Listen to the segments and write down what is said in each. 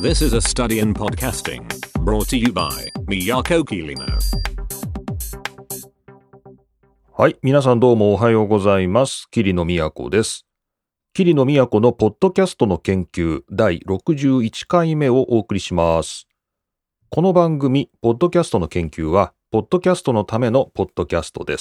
This is a study in podcasting brought to you by Miyako Kirino。 はい、皆さんどうもおはようございます。桐野都です。桐野都のポッドキャストの研究第61回目をお送りします。この番組、ポッドキャストの研究は、ポッドキャストのためのポッドキャストです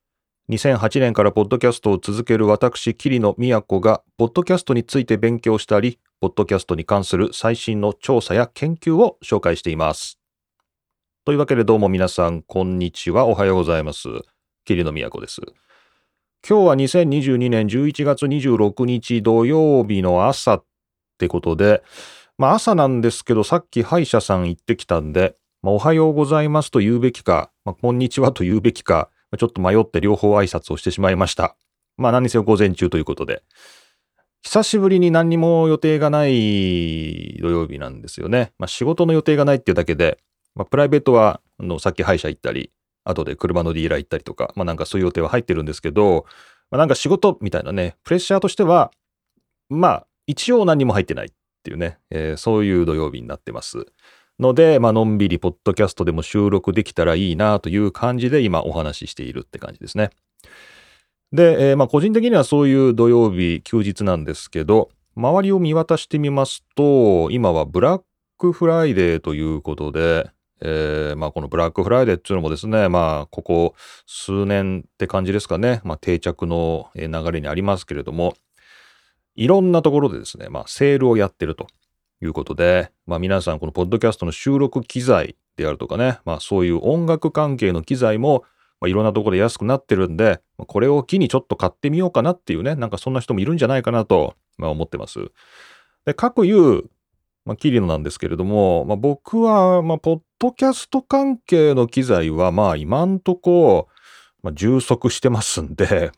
。2008年からポッドキャストを続ける私、桐野都が、ポッドキャストについて勉強したり、ポッドキャストに関する最新の調査や研究を紹介しています。というわけでどうも皆さん、こんにちは、おはようございます。桐野都です。今日は2022年11月26日土曜日の朝ってことで、朝なんですけど、さっき歯医者さん行ってきたんで、おはようございますと言うべきか、こんにちはと言うべきか、ちょっと迷って両方挨拶をしてしまいました。何にせよ午前中ということで。久しぶりに何にも予定がない土曜日なんですよね。仕事の予定がないっていうだけで、プライベートはさっき歯医者行ったり、後で車のディーラー行ったりとか、なんかそういう予定は入ってるんですけど、なんか仕事みたいなね、プレッシャーとしては、一応何にも入ってないっていうね、そういう土曜日になってます。ので、のんびりポッドキャストでも収録できたらいいなという感じで今お話ししているって感じですね。で、個人的にはそういう土曜日休日なんですけど、周りを見渡してみますと、今はブラックフライデーということで、このブラックフライデーっていうのもですね、ここ数年って感じですかね、定着の流れにありますけれども、いろんなところでですね、セールをやってるということで、皆さんこのポッドキャストの収録機材であるとかね、そういう音楽関係の機材も、いろんなところで安くなってるんで、これを機にちょっと買ってみようかなっていうね、なんかそんな人もいるんじゃないかなと、思ってます。で、各有、桐野なんですけれども、僕は、ポッドキャスト関係の機材は、今んとこ、充足してますんで、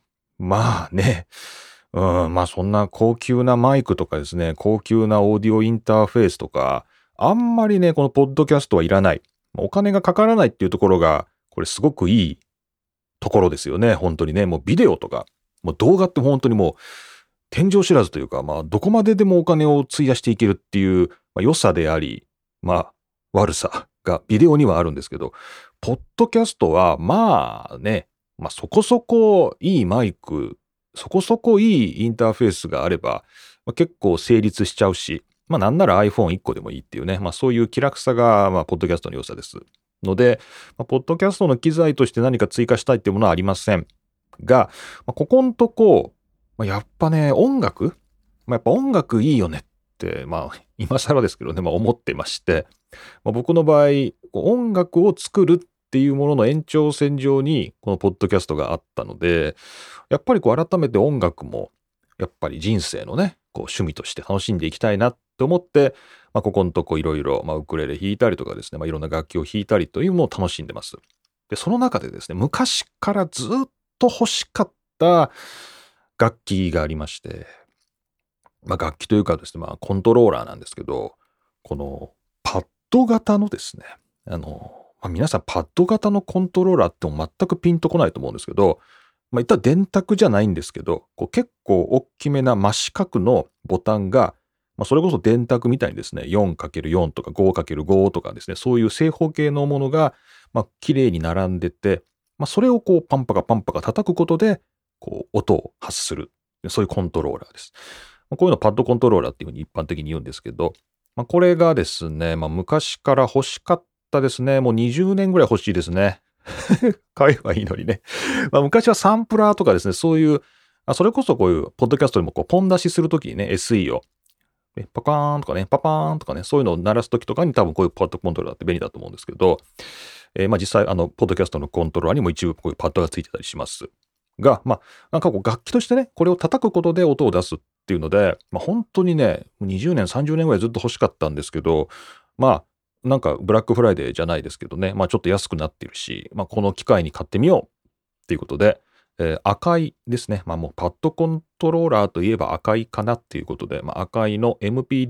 そんな高級なマイクとかですね、高級なオーディオインターフェースとか、あんまりね、このポッドキャストはいらない。お金がかからないっていうところが、これすごくいいところですよね、本当にね。もうビデオとか、もう動画って本当にもう天井知らずというか、どこまででもお金を費やしていけるっていう、良さであり、悪さがビデオにはあるんですけど、ポッドキャストはそこそこいいマイク、そこそこいいインターフェースがあれば、結構成立しちゃうし、なんなら iPhone1 個でもいいっていうね、そういう気楽さが、ポッドキャストの良さです。ので、ポッドキャストの機材として何か追加したいっていうものはありませんが、ここんとこ、やっぱね、音楽、やっぱ音楽いいよねって、今更ですけどね、思ってまして、僕の場合、音楽を作るっていうものの延長線上に、このポッドキャストがあったので、やっぱり改めて音楽も、やっぱり人生のね、趣味として楽しんでいきたいなって思って、ここのとこいろいろ、ウクレレ弾いたりとかですね、いろんな楽器を弾いたりというのを楽しんでます。で、その中でですね、昔からずっと欲しかった楽器がありまして、楽器というかですね、コントローラーなんですけど、このパッド型のですね、皆さんパッド型のコントローラーっても全くピンとこないと思うんですけど、言ったら電卓じゃないんですけど、結構大きめな真四角のボタンが、それこそ電卓みたいにですね、4×4 とか 5×5 とかですね、そういう正方形のものが、綺麗に並んでて、それをパンパカパンパカ叩くことで、音を発する。そういうコントローラーです。こういうのをパッドコントローラーっていうふうに一般的に言うんですけど、これがですね、昔から欲しかったですね。もう20年ぐらい欲しいですね。買えばいいのにね。昔はサンプラーとかですね、そういう、それこそこういう、ポッドキャストでもポン出しするときにね、SE を、パカーンとかね、パパーンとかね、そういうのを鳴らすときとかに多分こういうパッドコントローラーって便利だと思うんですけど、実際、ポッドキャストのコントローラーにも一部こういうパッドがついてたりします。が、なんか楽器としてね、これを叩くことで音を出すっていうので、本当にね、20年、30年ぐらいずっと欲しかったんですけど、なんかブラックフライデーじゃないですけどね、ちょっと安くなってるし、この機会に買ってみようっていうことで、赤いですね、もうパッドコントローラーといえば赤いかなっていうことで、赤いの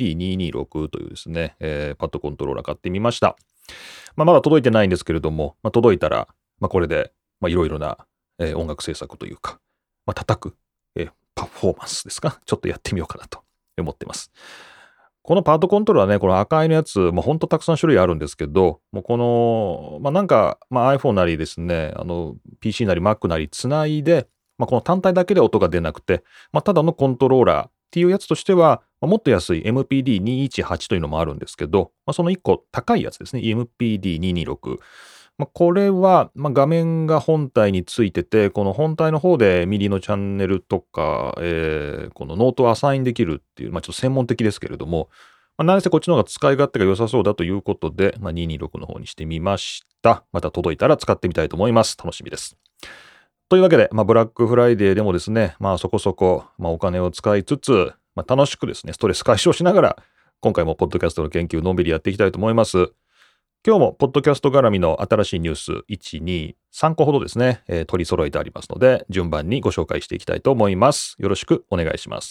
MPD226 というですね、パッドコントローラー買ってみました。まだ届いてないんですけれども、届いたら、これで、いろいろな、音楽制作というか、叩く、パフォーマンスですか、ちょっとやってみようかなと思ってます。 このパートコントローラーね、この赤いのやつ、もうほんとたくさん種類あるんですけど、もうこの、iPhone なりですね、PC なり Mac なりつないで、この単体だけで音が出なくて、ただのコントローラーっていうやつとしては、もっと安い MPD218 というのもあるんですけど、その1個高いやつですね、MPD226。これは、画面が本体についてて、この本体の方でミディのチャンネルとか、このノートをアサインできるっていう、ちょっと専門的ですけれども、何せこっちの方が使い勝手が良さそうだということで、226の方にしてみました。また届いたら使ってみたいと思います。楽しみです。というわけで、ブラックフライデーでもですね、そこそこ、お金を使いつつ、楽しくですね、ストレス解消しながら、今回もポッドキャストの研究のんびりやっていきたいと思います。今日もポッドキャスト絡みの新しいニュース1、2、3個ほどですね、取り揃えてありますので、順番にご紹介していきたいと思います。よろしくお願いします。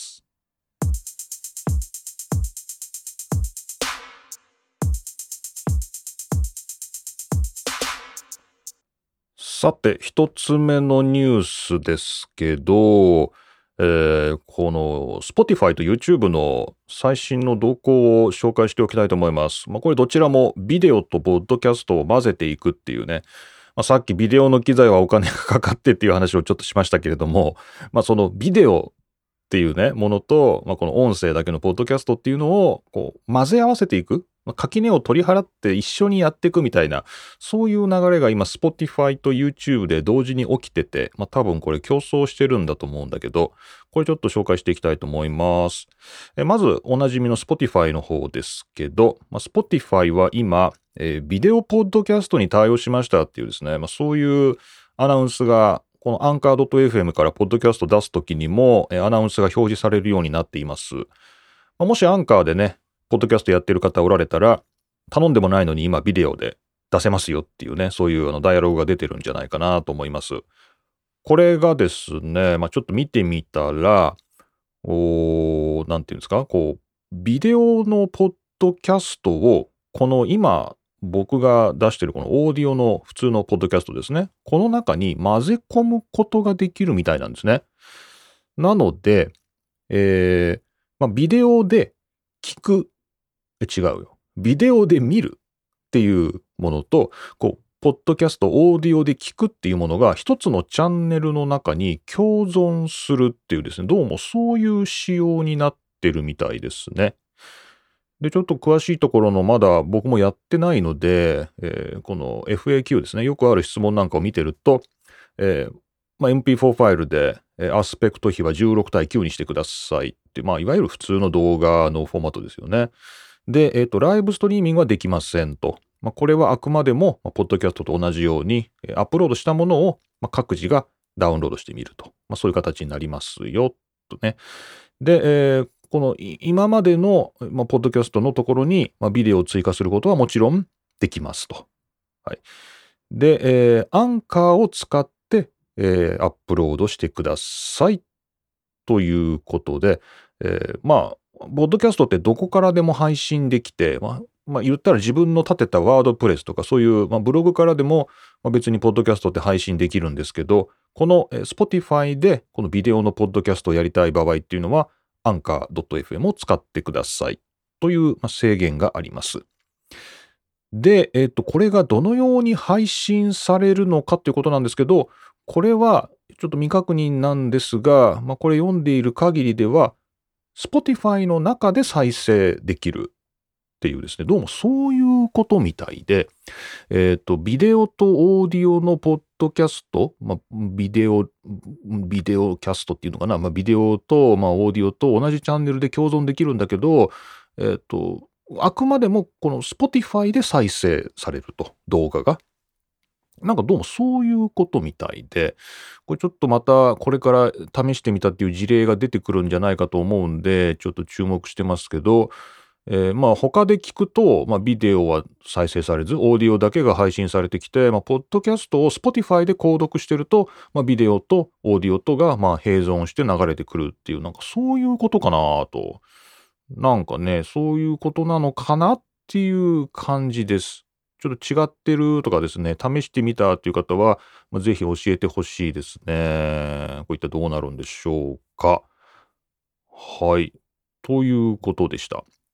さて、一つ目のニュースですけど、この Spotify と YouTube の最新の動向を紹介しておきたいと思います。これどちらもビデオとポッドキャストを混ぜていくっていうね、さっきビデオの機材はお金がかかってっていう話をちょっとしましたけれども、そのビデオっていうね、ものと、この音声だけのポッドキャストっていうのをこう混ぜ合わせていく。垣根を取り払って一緒にやっていくみたいな、そういう流れが今 Spotify と YouTube で同時に起きてて、多分これ競争してるんだと思うんだけど、これちょっと紹介していきたいと思います。まずおなじみの Spotify の方ですけど、Spotify は今、ビデオポッドキャストに対応しましたっていうですね、そういうアナウンスがこのアンカー .fm からポッドキャスト出すときにもアナウンスが表示されるようになっています。もしアンカーでね、ポッドキャストやってる方おられたら、頼んでもないのに今ビデオで出せますよっていうね、そういうダイアログが出てるんじゃないかなと思います。これがですね、ちょっと見てみたら、なんていうんですか、こう、ビデオのポッドキャストを、この今、僕が出してるこのオーディオの普通のポッドキャストですね。この中に混ぜ込むことができるみたいなんですね。なので、ビデオで聞く、違うよ。ビデオで見るっていうものと、こう、ポッドキャスト、オーディオで聞くっていうものが一つのチャンネルの中に共存するっていうですね、どうもそういう仕様になってるみたいですね。で、ちょっと詳しいところのまだ僕もやってないので、この FAQ ですね、よくある質問なんかを見てると、MP4 ファイルで、アスペクト比は16対9にしてくださいって、いわゆる普通の動画のフォーマットですよね。で、ライブストリーミングはできませんと。これはあくまでも、ポッドキャストと同じように、アップロードしたものを、各自がダウンロードしてみると。そういう形になりますよ、とね。で、この今までの、ポッドキャストのところに、ビデオを追加することはもちろんできますと。はい。で、アンカーを使って、アップロードしてくださいということで、ポッドキャストってどこからでも配信できて、言ったら自分の立てたワードプレスとかそういう、ブログからでも、別にポッドキャストって配信できるんですけど、この、Spotify でこのビデオのポッドキャストをやりたい場合っていうのは、アンカー .fm を使ってくださいという、制限があります。で、これがどのように配信されるのかっていうことなんですけど、これはちょっと未確認なんですが、これ読んでいる限りでは、Spotify の中で再生できるっていうですね、どうもそういうことみたいで、ビデオとオーディオのポッドキャスト、ビデオキャストっていうのかな、ビデオと、オーディオと同じチャンネルで共存できるんだけど、あくまでもこの Spotify で再生されると、動画が。なんかどうもそういうことみたいで、これちょっとまたこれから試してみたっていう事例が出てくるんじゃないかと思うんで、ちょっと注目してますけど、他で聞くと、ビデオは再生されず、オーディオだけが配信されてきて、ポッドキャストを Spotify で購読してると、ビデオとオーディオとが、併存して流れてくるっていう、なんかそういうことかなと。なんかね、そういうことなのかなっていう感じです。ちょっと違ってるとかですね、試してみたっていう方は、ぜひ教えてほしいですね。こういったどうなるんでしょうか。はい。ということでした。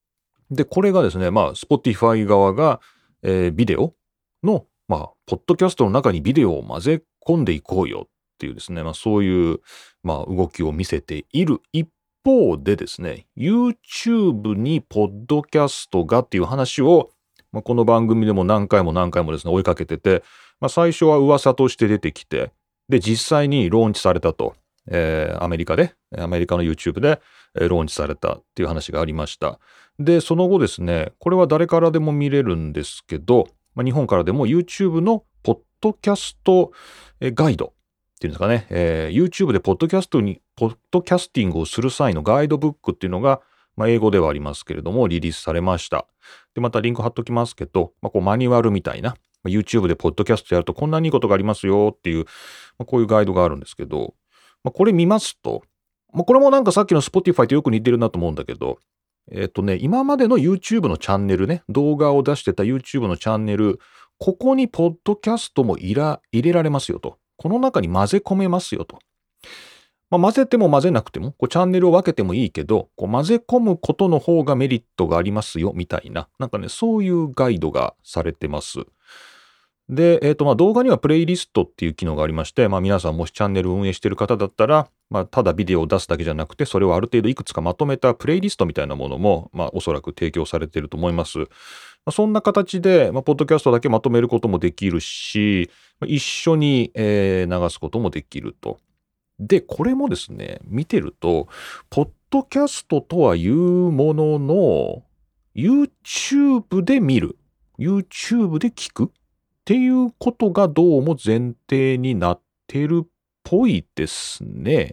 で、これがですね、Spotify 側が、ビデオの、ポッドキャストの中にビデオを混ぜ込んでいこうよっていうですね、そういう、動きを見せている一方でですね、YouTube にポッドキャストがっていう話を、この番組でも何回もですね、追いかけてて、最初は噂として出てきて、で、実際にローンチされたと。アメリカの YouTube で、ローンチされたっていう話がありました。で、その後ですね、これは誰からでも見れるんですけど、日本からでも YouTube のポッドキャストガイドっていうんですかね、YouTube でポッドキャスティングをする際のガイドブックっていうのが、英語ではありますけれども、リリースされました。で、またリンク貼っときますけど、こうマニュアルみたいな、YouTube でポッドキャストやるとこんなにいいことがありますよっていう、こういうガイドがあるんですけど、これ見ますと、これもなんかさっきの Spotify とよく似てるなと思うんだけど、今までの YouTube のチャンネルね、動画を出してた YouTube のチャンネル、ここにポッドキャストも入れられますよと。この中に混ぜ込めますよと。混ぜても混ぜなくても、チャンネルを分けてもいいけど、混ぜ込むことの方がメリットがありますよ、みたいな。なんかね、そういうガイドがされてます。で、動画にはプレイリストっていう機能がありまして、皆さんもしチャンネルを運営している方だったら、ただビデオを出すだけじゃなくて、それをある程度いくつかまとめたプレイリストみたいなものも、おそらく提供されていると思います。そんな形で、ポッドキャストだけまとめることもできるし、一緒に、流すこともできると。で、これもですね、見てると、ポッドキャストとはいうものの、YouTube で見る、YouTube で聞くっていうことがどうも前提になってるっぽいですね。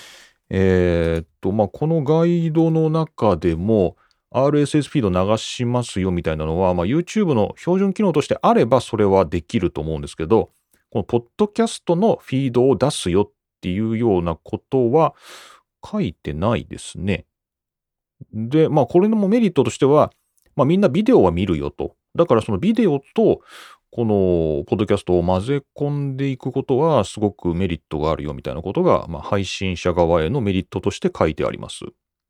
このガイドの中でも RSS フィード流しますよみたいなのは、YouTube の標準機能としてあればそれはできると思うんですけど、このポッドキャストのフィードを出すよっていうようなことは書いてないですね。で、これのメリットとしては、みんなビデオは見るよと。だからそのビデオとこのポッドキャストを混ぜ込んでいくことはすごくメリットがあるよみたいなことが、配信者側へのメリットとして書いてあります。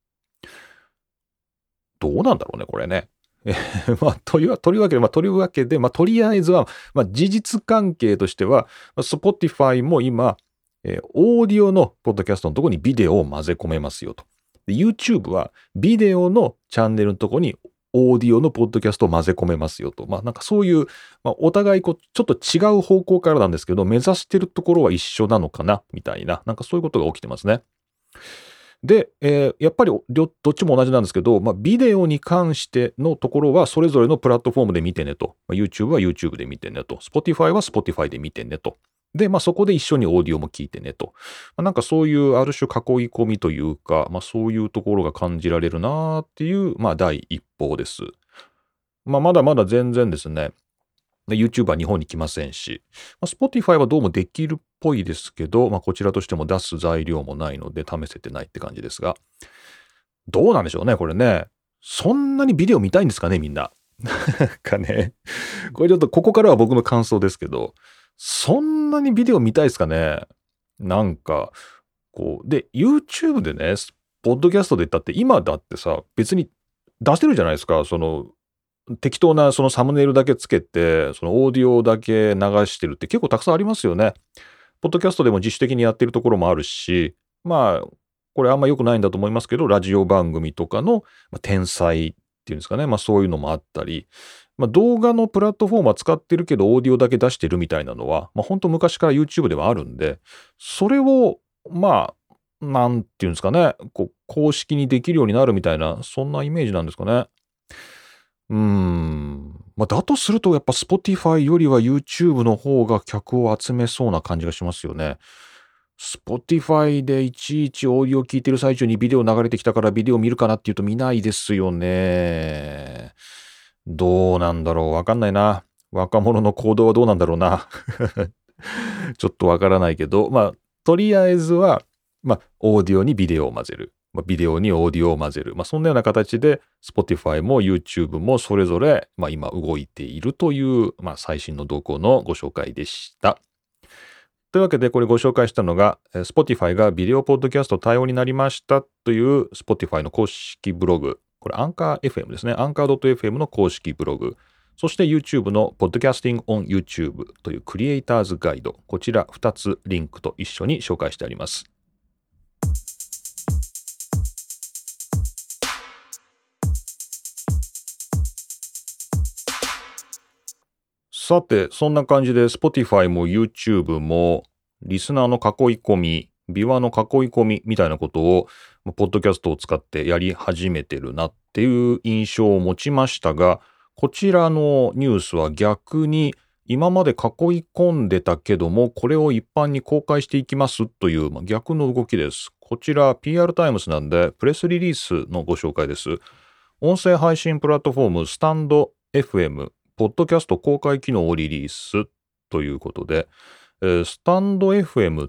どうなんだろうね、これね。というわけで、とりあえずは、事実関係としては、Spotify も今、オーディオのポッドキャストのところにビデオを混ぜ込めますよと。で YouTube はビデオのチャンネルのところにオーディオのポッドキャストを混ぜ込めますよと。なんかそういう、お互いちょっと違う方向からなんですけど、目指してるところは一緒なのかな、みたいな、なんかそういうことが起きてますね。で、やっぱりどっちも同じなんですけど、ビデオに関してのところはそれぞれのプラットフォームで見てねと。YouTube は YouTube で見てねと。Spotify は Spotify で見てねと。で、そこで一緒にオーディオも聞いてねと。なんかそういうある種囲い込みというか、そういうところが感じられるなっていう、第一報です。まだまだ全然ですね、YouTube は日本に来ませんし、Spotify はどうもできるっぽいですけど、こちらとしても出す材料もないので試せてないって感じですが、どうなんでしょうね、これね。そんなにビデオ見たいんですかね、みんな。なんかね、これちょっとここからは僕の感想ですけど、そんなにビデオ見たいですかね。なんか、で、YouTube でね、ポッドキャストで言ったって今だってさ、別に出してるじゃないですか、適当なそのサムネイルだけつけて、そのオーディオだけ流してるって結構たくさんありますよね。ポッドキャストでも自主的にやってるところもあるし、これあんま良くないんだと思いますけど、ラジオ番組とかの天才っていうんですかね、そういうのもあったり、動画のプラットフォームは使ってるけど、オーディオだけ出してるみたいなのは、本当昔から YouTube ではあるんで、それを、なんていうんですかね、公式にできるようになるみたいな、そんなイメージなんですかね。だとするとやっぱ Spotify よりは YouTube の方が客を集めそうな感じがしますよね。Spotify でいちいちオーディオ聞いてる最中にビデオ流れてきたからビデオ見るかなっていうと見ないですよね。どうなんだろう、わかんないな。若者の行動はどうなんだろうな。ちょっとわからないけど、とりあえずは、オーディオにビデオを混ぜる。ビデオにオーディオを混ぜる。そんなような形で、Spotify も YouTube もそれぞれ、今動いているという、最新の動向のご紹介でした。というわけで、これご紹介したのが、Spotify がビデオポッドキャスト対応になりましたという Spotify の公式ブログこれアンカー FM ですね。アンカー .fm の公式ブログ。そして YouTube の Podcasting on YouTube というクリエイターズガイド。こちら2つリンクと一緒に紹介してあります。さて、そんな感じで Spotify も YouTube もリスナーの囲い込み、ビワの囲い込みみたいなことをポッドキャストを使ってやり始めてるなっていう印象を持ちましたが、こちらのニュースは逆に今まで囲い込んでたけども、これを一般に公開していきますという、逆の動きです。こちら PR タイムズなんでプレスリリースのご紹介です。音声配信プラットフォームスタンド FM、ポッドキャスト公開機能をリリースということで、スタンド FM って、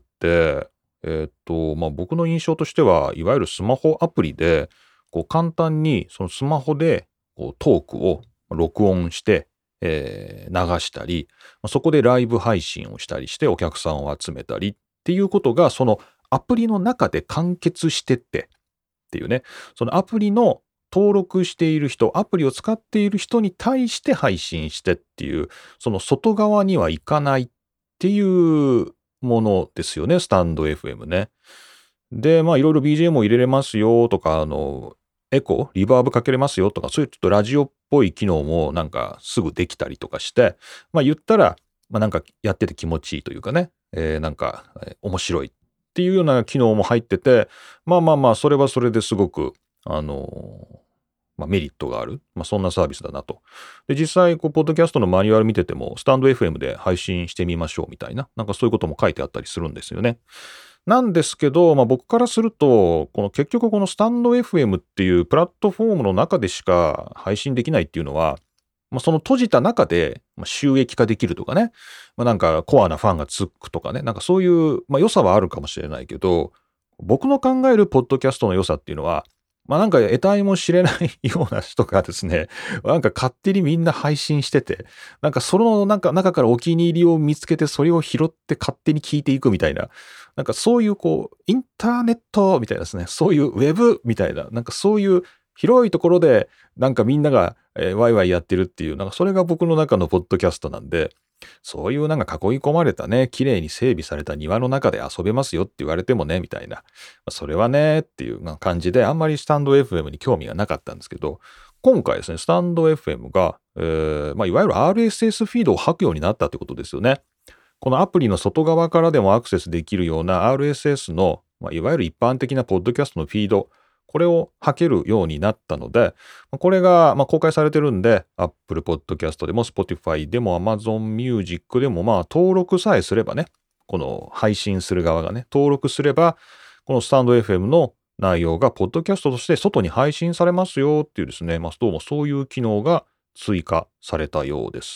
僕の印象としては、いわゆるスマホアプリで、簡単にそのスマホでトークを録音して、流したり、そこでライブ配信をしたりしてお客さんを集めたりっていうことが、そのアプリの中で完結してっていうね、そのアプリの登録している人、アプリを使っている人に対して配信してっていう、その外側には行かないっていうものですよね、スタンド FM ね。で、いろいろ BGM を入れれますよとか、エコー、リバーブかけれますよとか、そういうちょっとラジオっぽい機能もなんかすぐできたりとかして、言ったら、なんかやってて気持ちいいというかね、なんか面白いっていうような機能も入ってて、それはそれですごく、メリットがある、そんなサービスだなと。で、実際、ポッドキャストのマニュアル見てても、スタンド FM で配信してみましょうみたいな、なんかそういうことも書いてあったりするんですよね。なんですけど、僕からすると、結局このスタンド FM っていうプラットフォームの中でしか配信できないっていうのは、その閉じた中で収益化できるとかね、なんかコアなファンがつくとかね、なんかそういう、良さはあるかもしれないけど、僕の考えるポッドキャストの良さっていうのは、なんか得体も知れないような人がですね、なんか勝手にみんな配信してて、なんかその中からお気に入りを見つけてそれを拾って勝手に聞いていくみたいな、なんかそういうインターネットみたいなですね、そういうウェブみたいな、なんかそういう広いところでなんかみんなが、ワイワイやってるっていう、なんかそれが僕の中のポッドキャストなんで、そういうなんか囲い込まれたね、綺麗に整備された庭の中で遊べますよって言われてもね、みたいな。それはね、っていう感じで、あんまりスタンド FM に興味がなかったんですけど、今回ですね、スタンド FM が、いわゆる RSS フィードを吐くようになったってことですよね。このアプリの外側からでもアクセスできるような RSS の、いわゆる一般的なポッドキャストのフィード、これを吐けるようになったので、これが公開されてるんで、Apple Podcast でも Spotify でも Amazon Music でも登録さえすればね、この配信する側がね、登録すれば、このスタンド FM の内容がポッドキャストとして外に配信されますよっていうですね、どうもそういう機能が追加されたようです。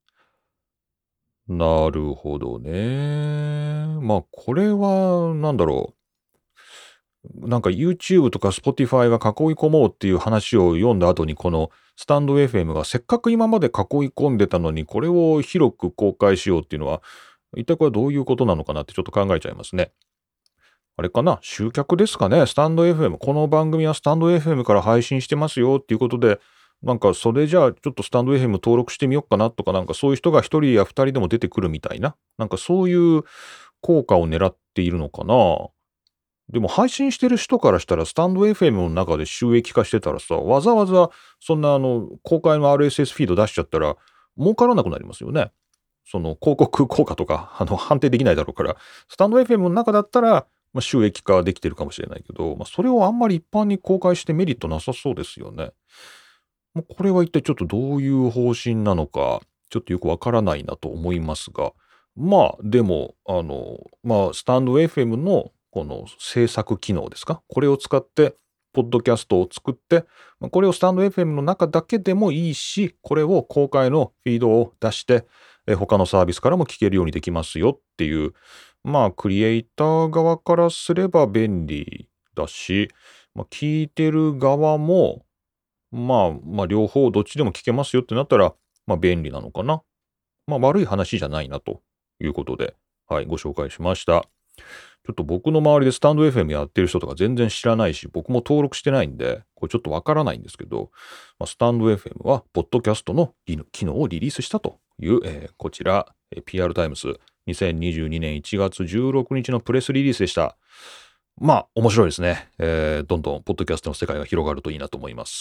なるほどね。これは、なんだろう。なんか YouTube とか Spotify が囲い込もうっていう話を読んだ後に、このスタンド FM がせっかく今まで囲い込んでたのに、これを広く公開しようっていうのは、一体これはどういうことなのかなってちょっと考えちゃいますね。あれかな、集客ですかね。スタンド FM。この番組はスタンド FM から配信してますよっていうことで、なんかそれじゃあちょっとスタンド FM 登録してみようかなとか、なんかそういう人が一人や二人でも出てくるみたいな、なんかそういう効果を狙っているのかな。でも配信してる人からしたらスタンド FM の中で収益化してたらさ、わざわざそんな公開の RSS フィード出しちゃったら儲からなくなりますよね。その広告効果とか判定できないだろうから、スタンド FM の中だったら収益化できてるかもしれないけど、それをあんまり一般に公開してメリットなさそうですよね。これは一体ちょっとどういう方針なのか、ちょっとよくわからないなと思いますが、でも、スタンド FM のこの制作機能ですか、これを使って、ポッドキャストを作って、これをスタンド FM の中だけでもいいし、これを公開のフィードを出して、他のサービスからも聞けるようにできますよっていう、クリエイター側からすれば便利だし、聞いてる側も、両方どっちでも聞けますよってなったら、便利なのかな。悪い話じゃないなということで、はい、ご紹介しました。 ちょっと僕の周りでスタンド FM やってる人とか全然知らないし、僕も登録してないんで、これちょっとわからないんですけど、スタンド FM は、ポッドキャストの機能をリリースしたという、こちら、PR タイムス2022年1月16日のプレスリリースでした。面白いですね。どんどんポッドキャストの世界が広がるといいなと思います。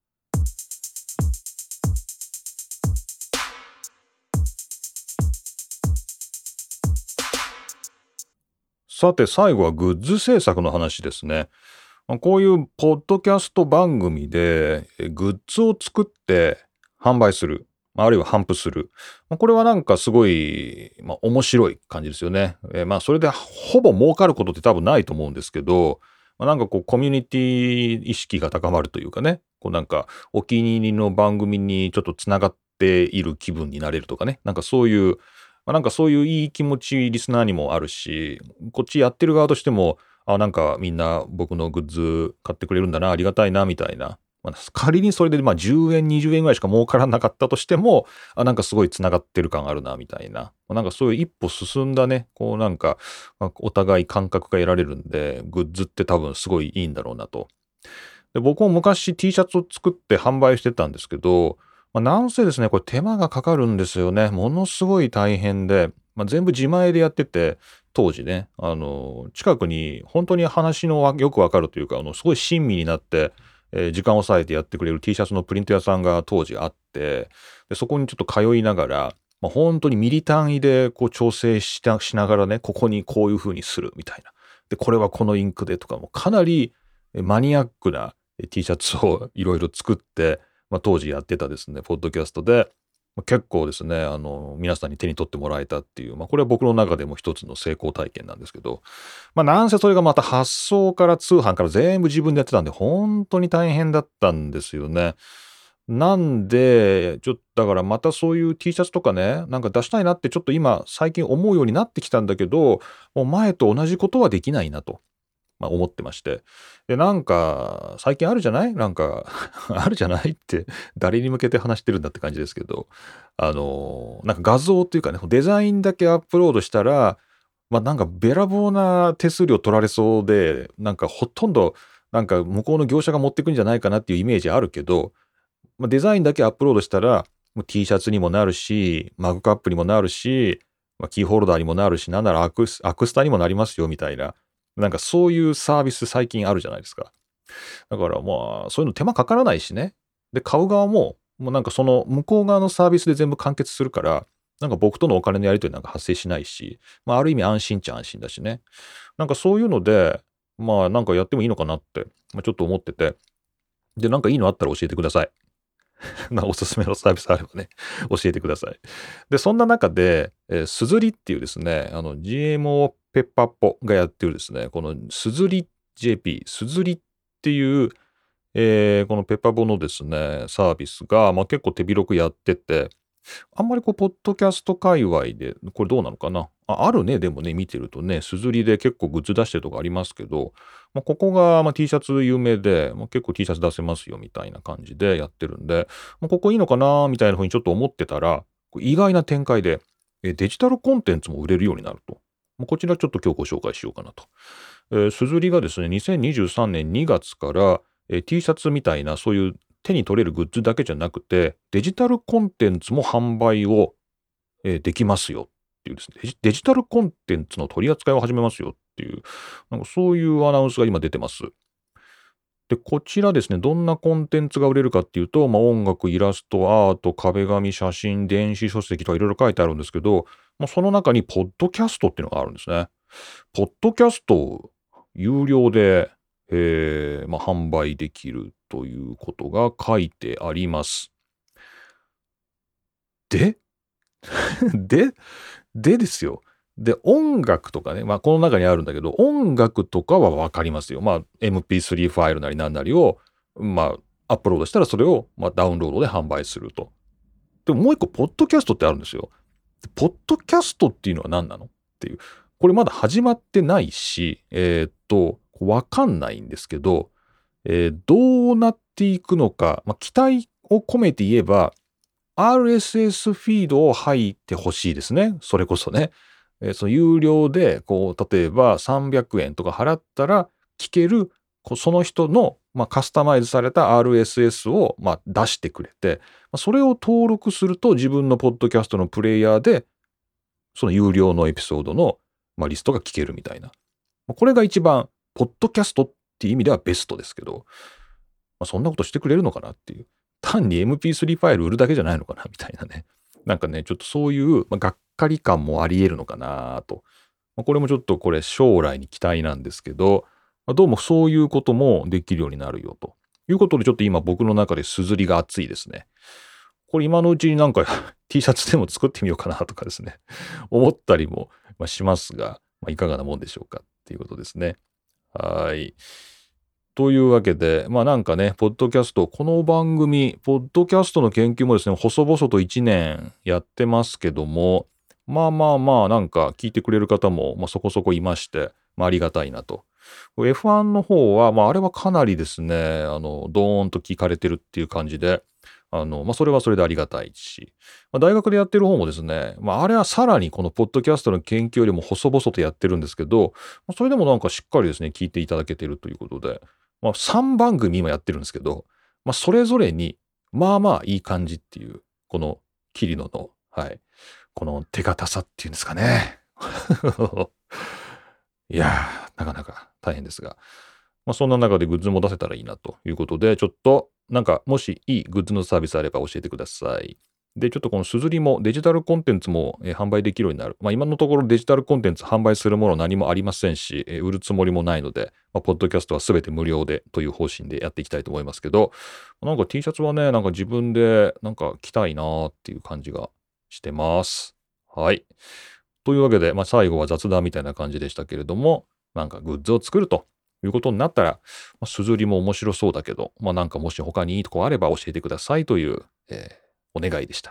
さて、最後はグッズ制作の話ですね。こういうポッドキャスト番組でグッズを作って販売する、あるいは頒布する。これはなんかすごい、面白い感じですよね。それでほぼ儲かることって多分ないと思うんですけど、なんかこうコミュニティ意識が高まるというかね、こうなんかお気に入りの番組にちょっとつながっている気分になれるとかね、なんかそういういい気持ちリスナーにもあるし、こっちやってる側としても、なんかみんな僕のグッズ買ってくれるんだな、ありがたいな、みたいな。仮にそれで10円、20円ぐらいしか儲からなかったとしても、なんかすごい繋がってる感あるな、みたいな。なんかそういう一歩進んだね、こうなんか、お互い感覚が得られるんで、グッズって多分すごいいいんだろうなと。で、僕も昔 T シャツを作って販売してたんですけど、なんせですね、これ手間がかかるんですよね。ものすごい大変で、全部自前でやってて、当時ね、近くに本当に話のよくわかるというか、すごい親身になって、時間を割いてやってくれる T シャツのプリント屋さんが当時あって、でそこにちょっと通いながら、本当にミリ単位でこう調整しながらね、ここにこういう風にするみたいな。で、これはこのインクでとかもかなりマニアックな T シャツをいろいろ作って、当時やってたですね、ポッドキャストで、結構ですね、皆さんに手に取ってもらえたっていう、これは僕の中でも一つの成功体験なんですけど、なんせそれがまた発送から通販から全部自分でやってたんで、本当に大変だったんですよね。なんで、ちょっとだからまたそういう T シャツとかね、なんか出したいなってちょっと今最近思うようになってきたんだけど、もう前と同じことはできないなと。思ってまして。で、なんか、最近あるじゃないなんかあるじゃないって誰に向けて話してるんだって感じですけど、なんか画像っていうかね、デザインだけアップロードしたら、なんかべらぼうな手数料取られそうで、なんかほとんど、なんか向こうの業者が持ってくんじゃないかなっていうイメージあるけど、デザインだけアップロードしたら、もう T シャツにもなるし、マグカップにもなるし、キーホルダーにもなるし、なんならアクスタにもなりますよみたいな。なんかそういうサービス最近あるじゃないですか。だからそういうの手間かからないしね。で、買う側も、もうなんかその向こう側のサービスで全部完結するから、なんか僕とのお金のやり取りなんか発生しないし、ある意味安心っちゃ安心だしね。なんかそういうので、なんかやってもいいのかなって、ちょっと思ってて。で、なんかいいのあったら教えてください。おすすめのサービスあればね、教えてください。で、そんな中で、すずりっていうですね、GMO ペッパーポがやってるですね、このすずり JP、すずりっていう、このペッパーボのですね、サービスが、結構手広くやってて、あんまりこう、ポッドキャスト界隈で、これどうなのかなあるね、でもね、見てるとね、すずりで結構グッズ出してるとこありますけど、ここがT シャツ有名で、結構 T シャツ出せますよみたいな感じでやってるんで、ここいいのかなみたいな風にちょっと思ってたら、意外な展開で、デジタルコンテンツも売れるようになると。こちらちょっと今日ご紹介しようかなと。すずりがですね、2023年2月から、T シャツみたいなそういう手に取れるグッズだけじゃなくて、デジタルコンテンツも販売を、できますよっていうですね、デジタルコンテンツの取り扱いを始めますよっていう、なんかそういうアナウンスが今出てます。で、こちらですね、どんなコンテンツが売れるかっていうと、音楽、イラスト、アート、壁紙、写真、電子書籍とかいろいろ書いてあるんですけど、その中にポッドキャストっていうのがあるんですね。ポッドキャストを有料で、販売できるということが書いてあります。ででですよ。で、音楽とかね、この中にあるんだけど、音楽とかはわかりますよ。MP3 ファイルなりなんなりを、アップロードしたらそれを、ダウンロードで販売すると。でももう一個、ポッドキャストってあるんですよ。ポッドキャストっていうのは何なのっていう。これまだ始まってないし、わかんないんですけど、どうなっていくのか、期待を込めて言えば、RSS フィードを入ってほしいですね。それこそね。 その有料で、こう、例えば300円とか払ったら聞ける、その人の、カスタマイズされた RSS を、出してくれて、それを登録すると自分のポッドキャストのプレイヤーで、その有料のエピソードの、リストが聞けるみたいな。これが一番、ポッドキャストっていう意味ではベストですけど、そんなことしてくれるのかなっていう。単に MP3 ファイル売るだけじゃないのかなみたいなね。なんかね、ちょっとそういう、がっかり感もあり得るのかなと。これもちょっとこれ将来に期待なんですけど、どうもそういうこともできるようになるよということで、ちょっと今僕の中ですずりが熱いですね。これ今のうちになんかT シャツでも作ってみようかなとかですね、思ったりもしますが、いかがなもんでしょうかっていうことですね。はい。というわけで、なんかね、ポッドキャスト、この番組、ポッドキャストの研究もですね、細々と1年やってますけども、なんか聞いてくれる方も、そこそこいまして、ありがたいなと。F1 の方は、あれはかなりですね、ドーンと聞かれてるっていう感じで、それはそれでありがたいし、大学でやってる方もですね、あれはさらにこのポッドキャストの研究よりも細々とやってるんですけど、それでもなんかしっかりですね、聞いていただけてるということで、3番組今やってるんですけど、それぞれに、いい感じっていう、この、桐野の、はい、この手堅さっていうんですかね。いやー、なかなか大変ですが、そんな中でグッズも出せたらいいなということで、ちょっと、なんか、もしいいグッズのサービスあれば教えてください。で、ちょっとこのすずりもデジタルコンテンツも販売できるようになる。今のところデジタルコンテンツ販売するもの何もありませんし、売るつもりもないので、ポッドキャストは全て無料でという方針でやっていきたいと思いますけど、なんか T シャツはね、なんか自分でなんか着たいなーっていう感じがしてます。はい。というわけで、最後は雑談みたいな感じでしたけれども、なんかグッズを作るということになったら、すずりも面白そうだけど、なんかもし他にいいとこあれば教えてくださいという、お願いでした。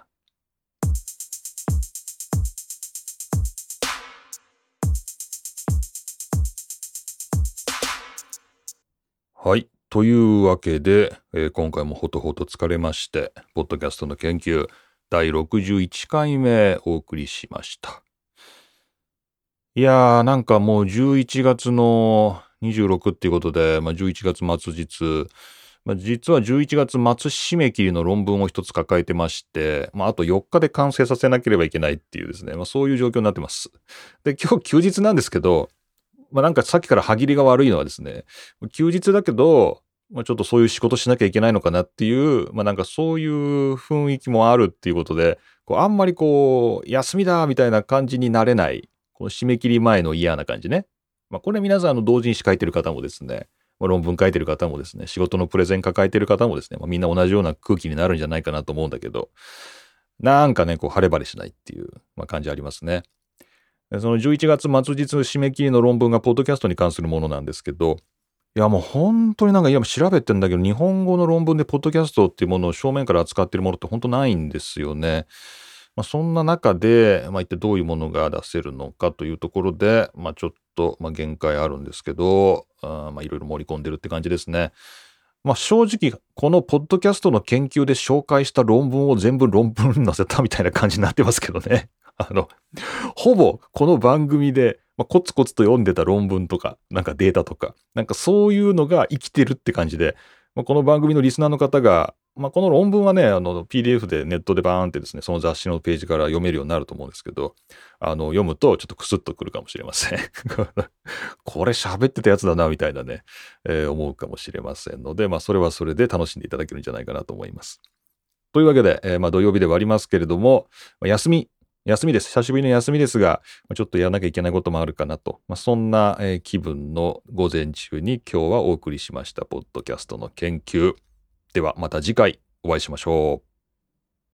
はい。というわけで、今回もほとほと疲れまして、ポッドキャストの研究第61回目お送りしました。いやー、なんかもう11月の26っていうことで、11月末日、実は11月末締め切りの論文を一つ抱えてまして、あと4日で完成させなければいけないっていうですね、そういう状況になってます。で、今日休日なんですけど、なんかさっきから歯切りが悪いのはですね、休日だけど、ちょっとそういう仕事しなきゃいけないのかなっていう、なんかそういう雰囲気もあるっていうことで、あんまり休みだみたいな感じになれない、この締め切り前の嫌な感じね。これ皆さん同人誌書いてる方もですね、論文書いてる方もですね、仕事のプレゼン抱えてる方もですね、みんな同じような空気になるんじゃないかなと思うんだけど、なんかね、晴れ晴れしないっていう、感じありますね。その11月末日締め切りの論文がポッドキャストに関するものなんですけど、いやもう本当になんか今調べてんだけど、日本語の論文でポッドキャストっていうものを正面から扱ってるものって本当ないんですよね。そんな中で、一体どういうものが出せるのかというところで、ちょっと、限界あるんですけど、いろいろ盛り込んでるって感じですね。正直、このポッドキャストの研究で紹介した論文を全部論文に載せたみたいな感じになってますけどね。ほぼこの番組で、コツコツと読んでた論文とか、なんかデータとか、なんかそういうのが生きてるって感じで、この番組のリスナーの方が、この論文はね、PDF でネットでバーンってですね、その雑誌のページから読めるようになると思うんですけど、読むとちょっとクスッとくるかもしれません。これ喋ってたやつだな、みたいなね、思うかもしれませんので、それはそれで楽しんでいただけるんじゃないかなと思います。というわけで、土曜日ではありますけれども、休みです。久しぶりの休みですが、ちょっとやらなきゃいけないこともあるかなと。そんな気分の午前中に今日はお送りしました、ポッドキャストの研究。ではまた次回お会いしましょう。